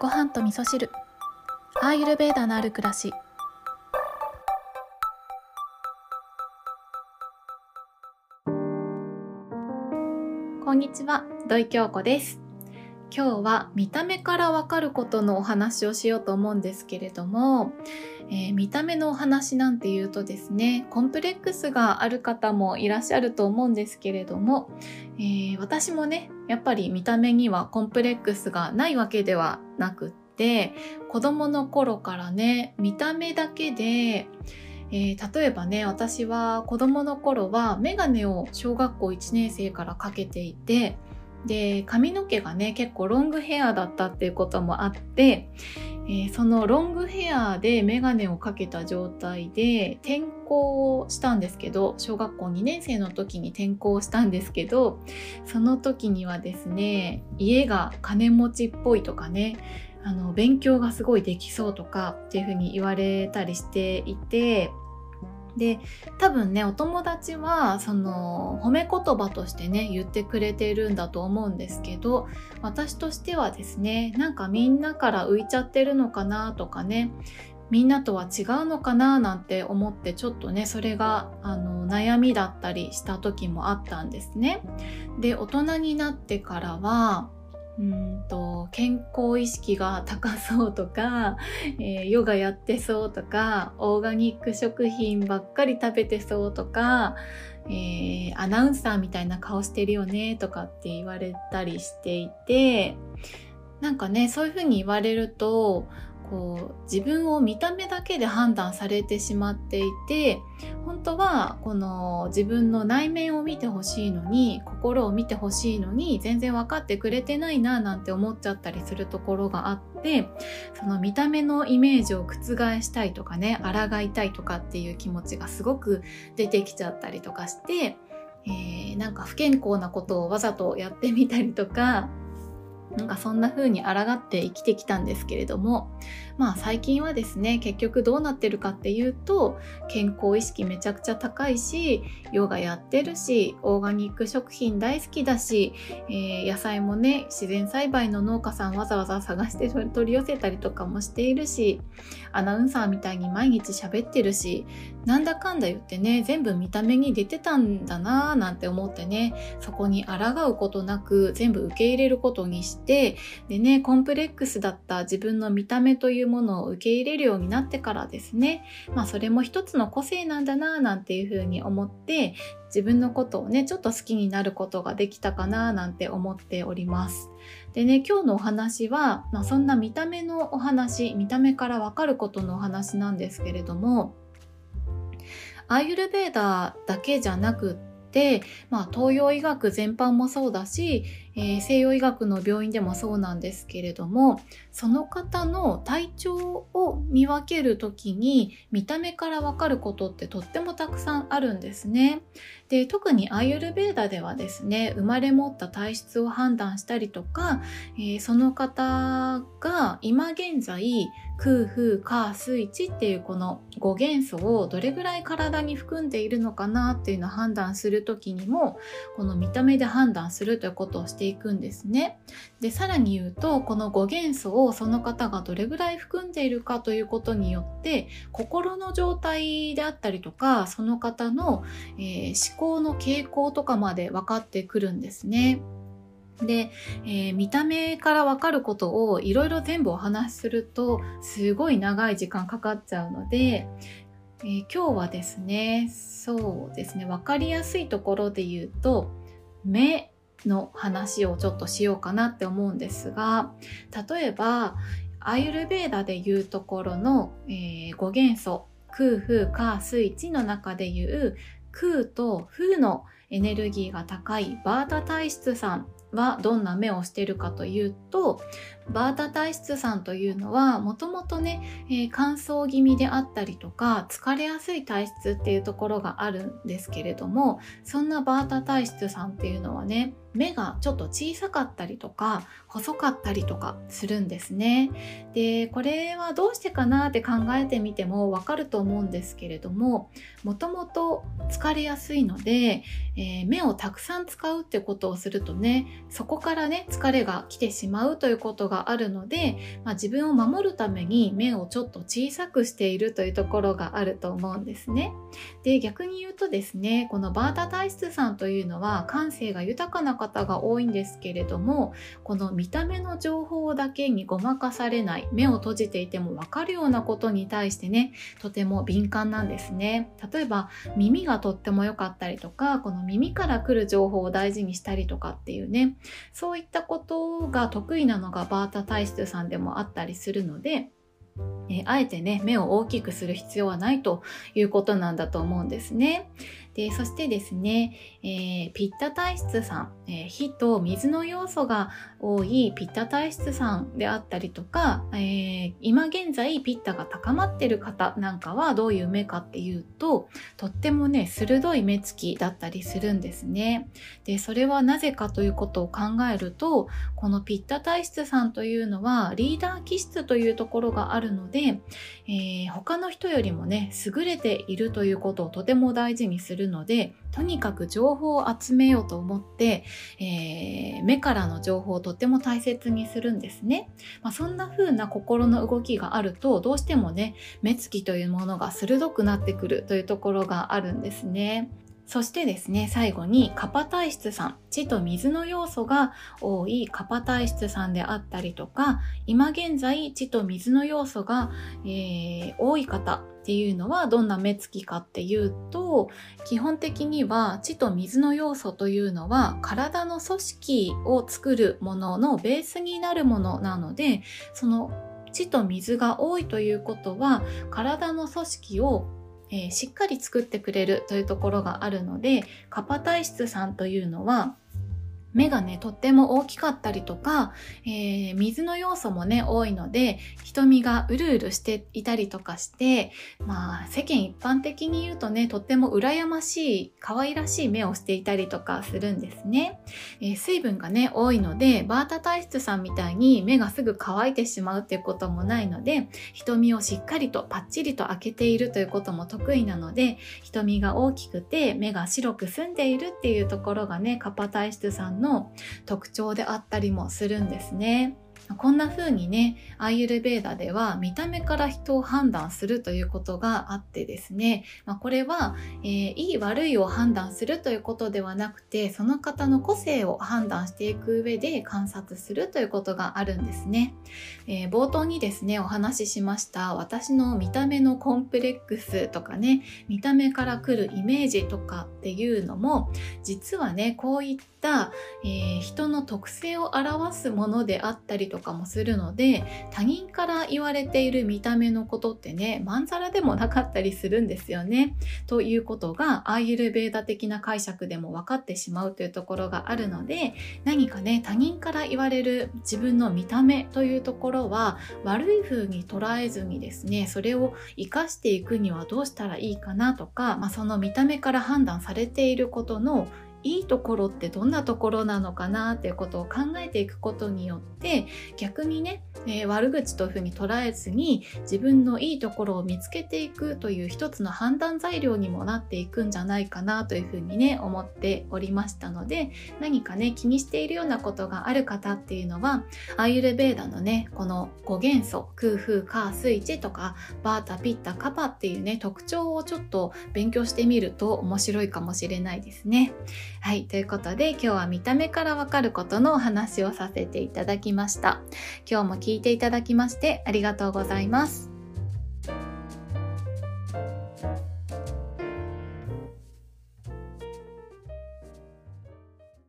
ご飯と味噌汁、アーユルヴェーダのある暮らし。こんにちは、土井京子です。今日は見た目からわかることのお話をしようと思うんですけれども、見た目のお話なんていうとですね、コンプレックスがある方もいらっしゃると思うんですけれども、私もね、やっぱり見た目にはコンプレックスがないわけではなくって、子供の頃からね、見た目だけで、例えばね、私は子供の頃はメガネを小学校1年生からかけていて、で、髪の毛がね、結構ロングヘアだったっていうこともあって、そのロングヘアでメガネをかけた状態で転校したんですけど、小学校2年生の時に転校したんですけど、その時にはですね、家が金持ちっぽいとかね、勉強がすごいできそうとかっていう風に言われたりしていて、で、多分ね、お友達はその褒め言葉としてね、言ってくれてるんだと思うんですけど、私としてはですね、なんかみんなから浮いちゃってるのかなとかね、みんなとは違うのかななんて思って、ちょっとね、それが悩みだったりした時もあったんですね。で、大人になってからは健康意識が高そうとか、ヨガやってそうとか、オーガニック食品ばっかり食べてそうとか、アナウンサーみたいな顔してるよねとかって言われたりしていて、なんかね、そういうふうに言われると、自分を見た目だけで判断されてしまっていて、本当はこの自分の内面を見てほしいのに、心を見てほしいのに全然分かってくれてないななんて思っちゃったりするところがあって、その見た目のイメージを覆したいとかね、抗いたいとかっていう気持ちがすごく出てきちゃったりとかして、なんか不健康なことをわざとやってみたりとか、なんかそんな風に抗って生きてきたんですけれども、まあ最近はですね、結局どうなってるかっていうと、健康意識めちゃくちゃ高いし、ヨガやってるし、オーガニック食品大好きだし、野菜もね、自然栽培の農家さんわざわざ探して取り寄せたりとかもしているし、アナウンサーみたいに毎日喋ってるし、なんだかんだ言ってね、全部見た目に出てたんだなぁなんて思ってね、そこに抗うことなく全部受け入れることにして、でね、コンプレックスだった自分の見た目というものを受け入れるようになってからですね、まあそれも一つの個性なんだなぁなんていうふうに思って、自分のことをね、ちょっと好きになることができたかななんて思っております。でね、今日のお話は、そんな見た目のお話、見た目からわかることのお話なんですけれども、アーユルヴェーダだけじゃなくって、東洋医学全般もそうだし、西洋医学の病院でもそうなんですけれども、その方の体調を見分けるときに見た目からわかることってとってもたくさんあるんですね。で、特にアーユルヴェーダではですね、生まれ持った体質を判断したりとか、その方が今現在空風火水地っていうこの5元素をどれぐらい体に含んでいるのかなっていうのを判断するときにも、この見た目で判断するということをしていくんですね。で、さらに言うと、この5元素をその方がどれぐらい含んでいるかということによって、心の状態であったりとか、その方の、思考の傾向とかまで分かってくるんですね。で、見た目から分かることをいろいろ全部お話しするとすごい長い時間かかっちゃうので、今日はですね、そうですね、分かりやすいところで言うと、目の話をちょっとしようかなって思うんですが、例えばアーユルヴェーダでいうところの、5元素、空風火水地の中でいう空と風のエネルギーが高いバータ体質さんはどんな目をしているかというと、バータ体質さんというのはもともとね、乾燥気味であったりとか疲れやすい体質っていうところがあるんですけれども、そんなバータ体質さんっていうのはね、目がちょっと小さかったりとか細かったりとかするんですね。で、これはどうしてかなって考えてみてもわかると思うんですけれども、もともと疲れやすいので、目をたくさん使うってことをするとね、そこからね疲れが来てしまうということががあるので、自分を守るために目をちょっと小さくしているというところがあると思うんですね。で、逆に言うとですね、このバータ体質さんというのは感性が豊かな方が多いんですけれども、この見た目の情報だけにごまかされない、目を閉じていても分かるようなことに対してね、とても敏感なんですね。例えば耳がとっても良かったりとか、この耳から来る情報を大事にしたりとかっていうね、そういったことが得意なのがバータ体質さんでもあったりするので、あえてね、目を大きくする必要はないということなんだと思うんですね。で、そしてですね、ピッタ体質さん、火と水の要素が多いピッタ体質さんであったりとか、今現在ピッタが高まっている方なんかはどういう目かっていうと、とってもね、鋭い目つきだったりするんですね。で、それはなぜかということを考えると、このピッタ体質さんというのはリーダー気質というところがあるので、他の人よりもね、優れているということをとても大事にするので、とにかく情報を集めようと思って、目からの情報をとても大切にするんですね。そんな風な心の動きがあると、どうしてもね、目つきというものが鋭くなってくるというところがあるんですね。そしてですね、最後にカパ体質さん、地と水の要素が多いカパ体質さんであったりとか、今現在地と水の要素が、多い方っていうのはどんな目つきかっていうと、基本的には地と水の要素というのは体の組織を作るもののベースになるものなので、その地と水が多いということは体の組織をしっかり作ってくれるというところがあるので、カパ体質さんというのは目がね、とっても大きかったりとか、水の要素もね、多いので、瞳がうるうるしていたりとかして、世間一般的に言うとね、とっても羨ましい、可愛らしい目をしていたりとかするんですね。水分がね、多いので、バータ体質さんみたいに目がすぐ乾いてしまうっていうこともないので、瞳をしっかりとパッチリと開けているということも得意なので、瞳が大きくて目が白く澄んでいるっていうところがね、カパ体質さんの特徴であったりもするんですね。こんな風にね、アーユルヴェーダでは見た目から人を判断するということがあってですね、これは、いい悪いを判断するということではなくて、その方の個性を判断していく上で観察するということがあるんですね。冒頭にですね、お話ししました私の見た目のコンプレックスとかね、見た目から来るイメージとかっていうのも、実はね、こういった、人の特性を表すものであったりとかもするので、他人から言われている見た目のことってね、まんざらでもなかったりするんですよね。ということがアーユルヴェーダ的な解釈でも分かってしまうというところがあるので、何かね、他人から言われる自分の見た目というところは悪い風に捉えずにですね、それを生かしていくにはどうしたらいいかなとか、その見た目から判断されていることのいいところってどんなところなのかなっていうことを考えていくことによって、逆にね、悪口というふうに捉えずに自分のいいところを見つけていくという一つの判断材料にもなっていくんじゃないかなというふうにね、思っておりましたので、何かね、気にしているようなことがある方っていうのは、アーユルヴェーダのね、この5元素、空風火水地とかバータピッタカパっていうね、特徴をちょっと勉強してみると面白いかもしれないですね。はい、ということで今日は見た目からわかることのお話をさせていただきました。今日も聞いていただきましてありがとうございます。